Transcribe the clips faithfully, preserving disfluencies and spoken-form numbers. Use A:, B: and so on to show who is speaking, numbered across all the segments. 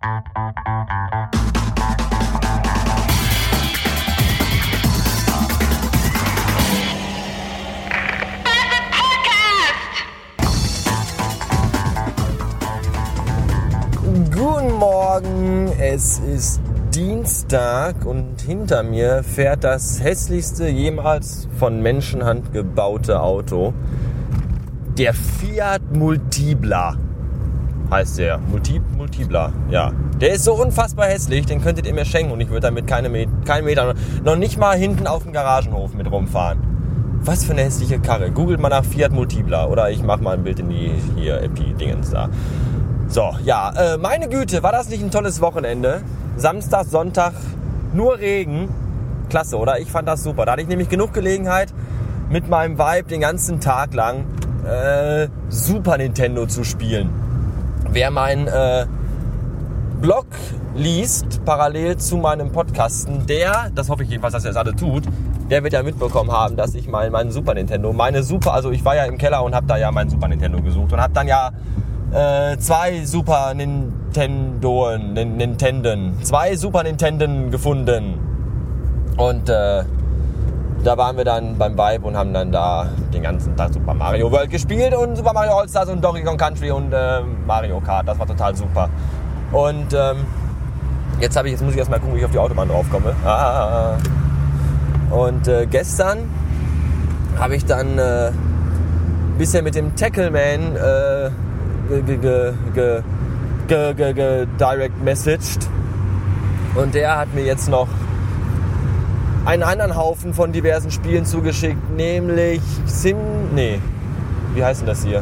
A: Guten Morgen, es ist Dienstag und hinter mir fährt das hässlichste jemals von Menschenhand gebaute Auto. Der Fiat Multipla heißt der. Multi, Multipla, ja. Der ist so unfassbar hässlich, den könntet ihr mir schenken und ich würde damit keine Met- keinen Meter, noch nicht mal hinten auf dem Garagenhof mit rumfahren. Was für eine hässliche Karre. Googelt mal nach Fiat Multipla oder ich mache mal ein Bild in die hier Epi-Dingens da. So, ja, äh, meine Güte, war das nicht ein tolles Wochenende? Samstag, Sonntag, nur Regen. Klasse, oder? Ich fand das super. Da hatte ich nämlich genug Gelegenheit, mit meinem Vibe den ganzen Tag lang äh, Super Nintendo zu spielen. Wer meinen äh, Blog liest, parallel zu meinem Podcasten, der, das hoffe ich jedenfalls, dass er es alle tut, der wird ja mitbekommen haben, dass ich mein, mein Super Nintendo, meine Super, also ich war ja im Keller und habe da ja mein Super Nintendo gesucht und habe dann ja Äh, zwei Super Nintendoen, Nintenden, zwei Super Nintenden gefunden. Und äh, da waren wir dann beim Vibe und haben dann da den ganzen Tag Super Mario World gespielt und Super Mario All-Stars und Donkey Kong Country und äh, Mario Kart. Das war total super. Und ähm, jetzt, ich, jetzt muss ich erstmal gucken, wie ich auf die Autobahn draufkomme. Ah. Und äh, gestern habe ich dann ein äh, bisschen mit dem Tackleman äh, Ge, ge, ge, ge, ge, ge, direct messaged und der hat mir jetzt noch einen anderen Haufen von diversen Spielen zugeschickt, nämlich Sim, nee, wie heißt denn das hier?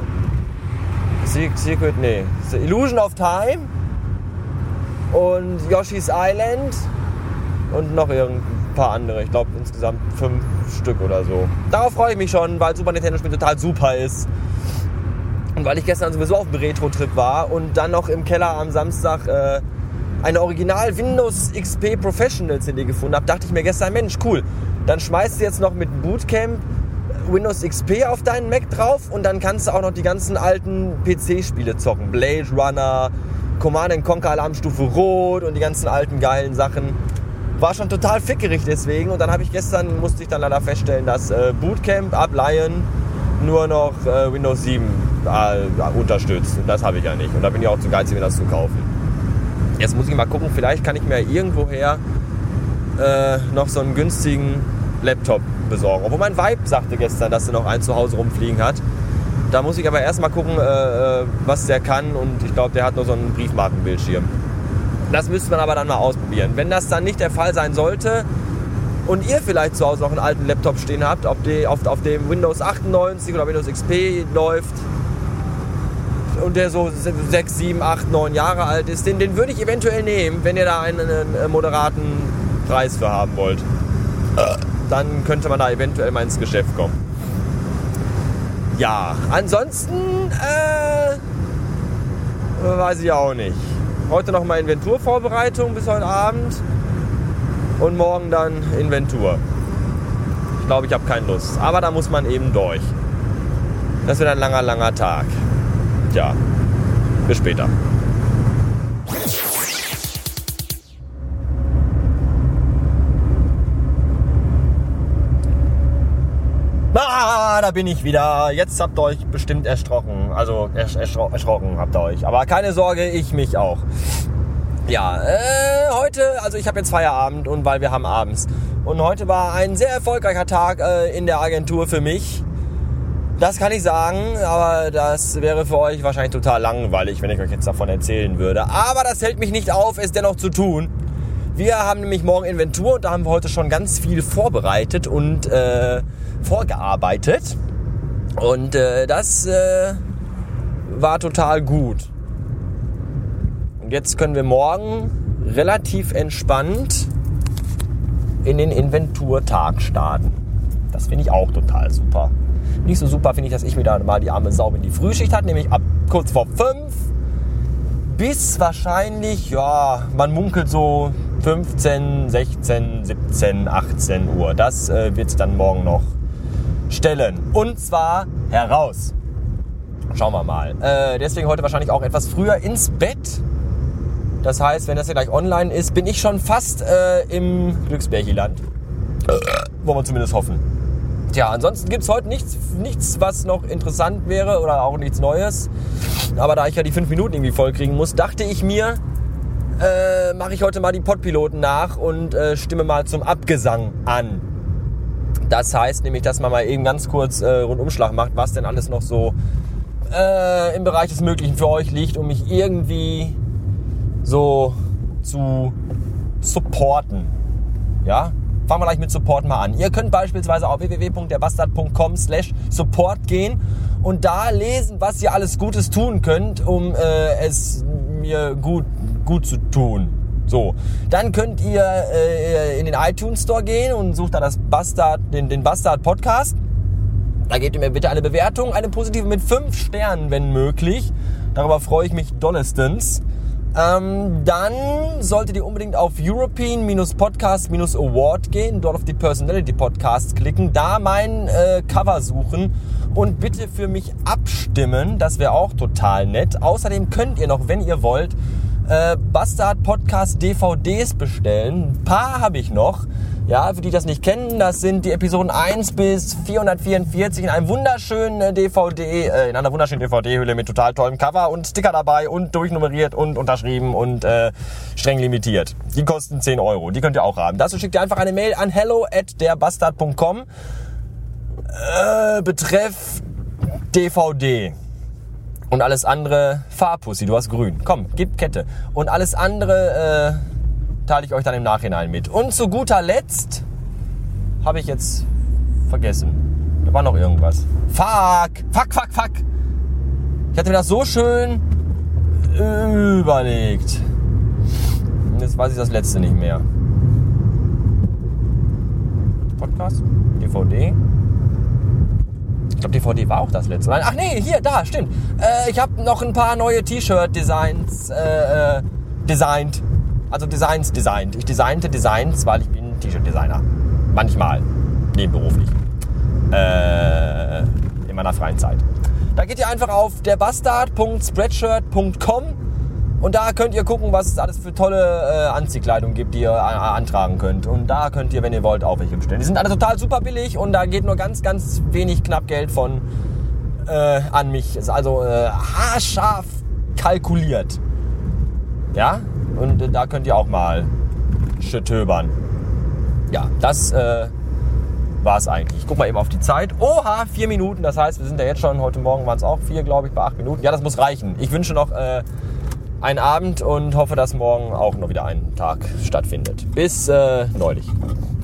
A: Secret, nee, Illusion of Time und Yoshi's Island und noch ein paar andere, ich glaube insgesamt fünf Stück oder so. Darauf freue ich mich schon, weil Super Nintendo Spiel total super ist. Und weil ich gestern sowieso auf dem Retro-Trip war und dann noch im Keller am Samstag äh, eine Original Windows X P Professional C D gefunden habe, dachte ich mir gestern, Mensch, cool, dann schmeißt du jetzt noch mit Bootcamp Windows X P auf deinen Mac drauf und dann kannst du auch noch die ganzen alten P C-Spiele zocken. Blade Runner, Command and Conquer Alarmstufe Rot und die ganzen alten geilen Sachen. War schon total fickerig deswegen und dann habe ich gestern, musste ich dann leider feststellen, dass äh, Bootcamp ab Lion nur noch äh, Windows sieben äh, unterstützt. Und das habe ich ja nicht. Und da bin ich auch zu geizig, mir das zu kaufen. Jetzt muss ich mal gucken, vielleicht kann ich mir irgendwoher äh, noch so einen günstigen Laptop besorgen. Obwohl mein Vibe sagte gestern, dass er noch einen zu Hause rumfliegen hat. Da muss ich aber erst mal gucken, äh, was der kann. Und ich glaube, der hat nur so einen Briefmarkenbildschirm. Das müsste man aber dann mal ausprobieren. Wenn das dann nicht der Fall sein sollte, und ihr vielleicht zu Hause noch einen alten Laptop stehen habt, auf, die, auf, auf dem Windows achtundneunzig oder Windows X P läuft und der so sechs, sieben, acht, neun Jahre alt ist, den, den würde ich eventuell nehmen, wenn ihr da einen, einen moderaten Preis für haben wollt. Dann könnte man da eventuell mal ins Geschäft kommen. Ja, ansonsten äh, weiß ich auch nicht. Heute noch mal Inventurvorbereitung bis heute Abend. Und morgen dann Inventur. Ich glaube, ich habe keine Lust. Aber da muss man eben durch. Das wird ein langer, langer Tag. Tja, bis später. Ah, da bin ich wieder. Jetzt habt ihr euch bestimmt erschrocken. Also ersch- erschro- erschrocken habt ihr euch. Aber keine Sorge, ich mich auch. Ja, äh, heute, also ich habe jetzt Feierabend und weil wir haben abends. Und heute war ein sehr erfolgreicher Tag äh, in der Agentur für mich. Das kann ich sagen, aber das wäre für euch wahrscheinlich total langweilig, wenn ich euch jetzt davon erzählen würde. Aber das hält mich nicht auf, es dennoch zu tun. Wir haben nämlich morgen Inventur und da haben wir heute schon ganz viel vorbereitet und äh, vorgearbeitet. Und äh, das äh, war total gut. Und jetzt können wir morgen relativ entspannt in den Inventurtag starten. Das finde ich auch total super. Nicht so super finde ich, dass ich mir da mal die arme Sau in die Frühschicht hatte, nämlich ab kurz vor fünf bis wahrscheinlich, ja, man munkelt so fünfzehn, sechzehn, siebzehn, achtzehn Uhr. Das äh, wird es dann morgen noch stellen. Und zwar heraus. Schauen wir mal. Äh, deswegen heute wahrscheinlich auch etwas früher ins Bett. Das heißt, wenn das hier gleich online ist, bin ich schon fast äh, im Glücksbärchiland. Wollen wir zumindest hoffen. Tja, ansonsten gibt es heute nichts, nichts, was noch interessant wäre oder auch nichts Neues. Aber da ich ja die fünf Minuten irgendwie voll kriegen muss, dachte ich mir, äh, mache ich heute mal die Podpiloten nach und äh, stimme mal zum Abgesang an. Das heißt nämlich, dass man mal eben ganz kurz äh, Rundumschlag macht, was denn alles noch so äh, im Bereich des Möglichen für euch liegt, um mich irgendwie so zu supporten. Ja? Fangen wir gleich mit Support mal an. Ihr könnt beispielsweise auf w w w punkt der bastard punkt com slash support gehen und da lesen, was ihr alles Gutes tun könnt, um äh, es mir gut, gut zu tun. So, dann könnt ihr äh, in den iTunes Store gehen und sucht da das Bastard, den, den Bastard Podcast. Da gebt ihr mir bitte eine Bewertung, eine positive mit fünf Sternen, wenn möglich. Darüber freue ich mich dollestens. Ähm, dann solltet ihr unbedingt auf European-Podcast-Award gehen, dort auf die Personality Podcasts klicken, da mein äh, Cover suchen und bitte für mich abstimmen, das wäre auch total nett. Außerdem könnt ihr noch, wenn ihr wollt, äh, Bastard Podcast D V Ds bestellen. Ein paar habe ich noch. Ja, für die das nicht kennen, das sind die Episoden eins bis vierhundertvierundvierzig in einem wunderschönen D V D, äh, in einer wunderschönen D V D-Hülle mit total tollem Cover und Sticker dabei und durchnummeriert und unterschrieben und äh, streng limitiert. Die kosten zehn Euro, die könnt ihr auch haben. Dazu schickt ihr einfach eine Mail an hello at der bastard punkt com, äh, betreff D V D. Und alles andere, Farbpussy, du hast grün. Komm, gib Kette. Und alles andere, äh, teile ich euch dann im Nachhinein mit. Und zu guter Letzt habe ich jetzt vergessen. Da war noch irgendwas. Fuck! Fuck, fuck, fuck! Ich hatte mir das so schön überlegt. Und jetzt weiß ich das letzte nicht mehr. Podcast? D V D? Ich glaube, D V D war auch das letzte. Ach nee, hier, da, stimmt. Äh, ich habe noch ein paar neue T-Shirt-Designs äh, designt. Also Designs designt. Ich designte Designs, weil ich bin T-Shirt-Designer. Manchmal. Nebenberuflich. Äh, in meiner freien Zeit. Da geht ihr einfach auf der bastard punkt spreadshirt punkt com und da könnt ihr gucken, was es alles für tolle äh, Anziehkleidung gibt, die ihr äh, antragen könnt. Und da könnt ihr, wenn ihr wollt, auch welche bestellen. Die sind alle total super billig und da geht nur ganz, ganz wenig knapp Geld von äh, an mich. Ist also äh, haarscharf kalkuliert. Ja? Und äh, da könnt ihr auch mal schüttöbern. Ja, das äh, war es eigentlich. Ich guck mal eben auf die Zeit. Oha, vier Minuten. Das heißt, wir sind ja jetzt schon, heute Morgen waren es auch vier, glaube ich, bei acht Minuten. Ja, das muss reichen. Ich wünsche noch äh, einen Abend und hoffe, dass morgen auch noch wieder ein Tag stattfindet. Bis äh, neulich.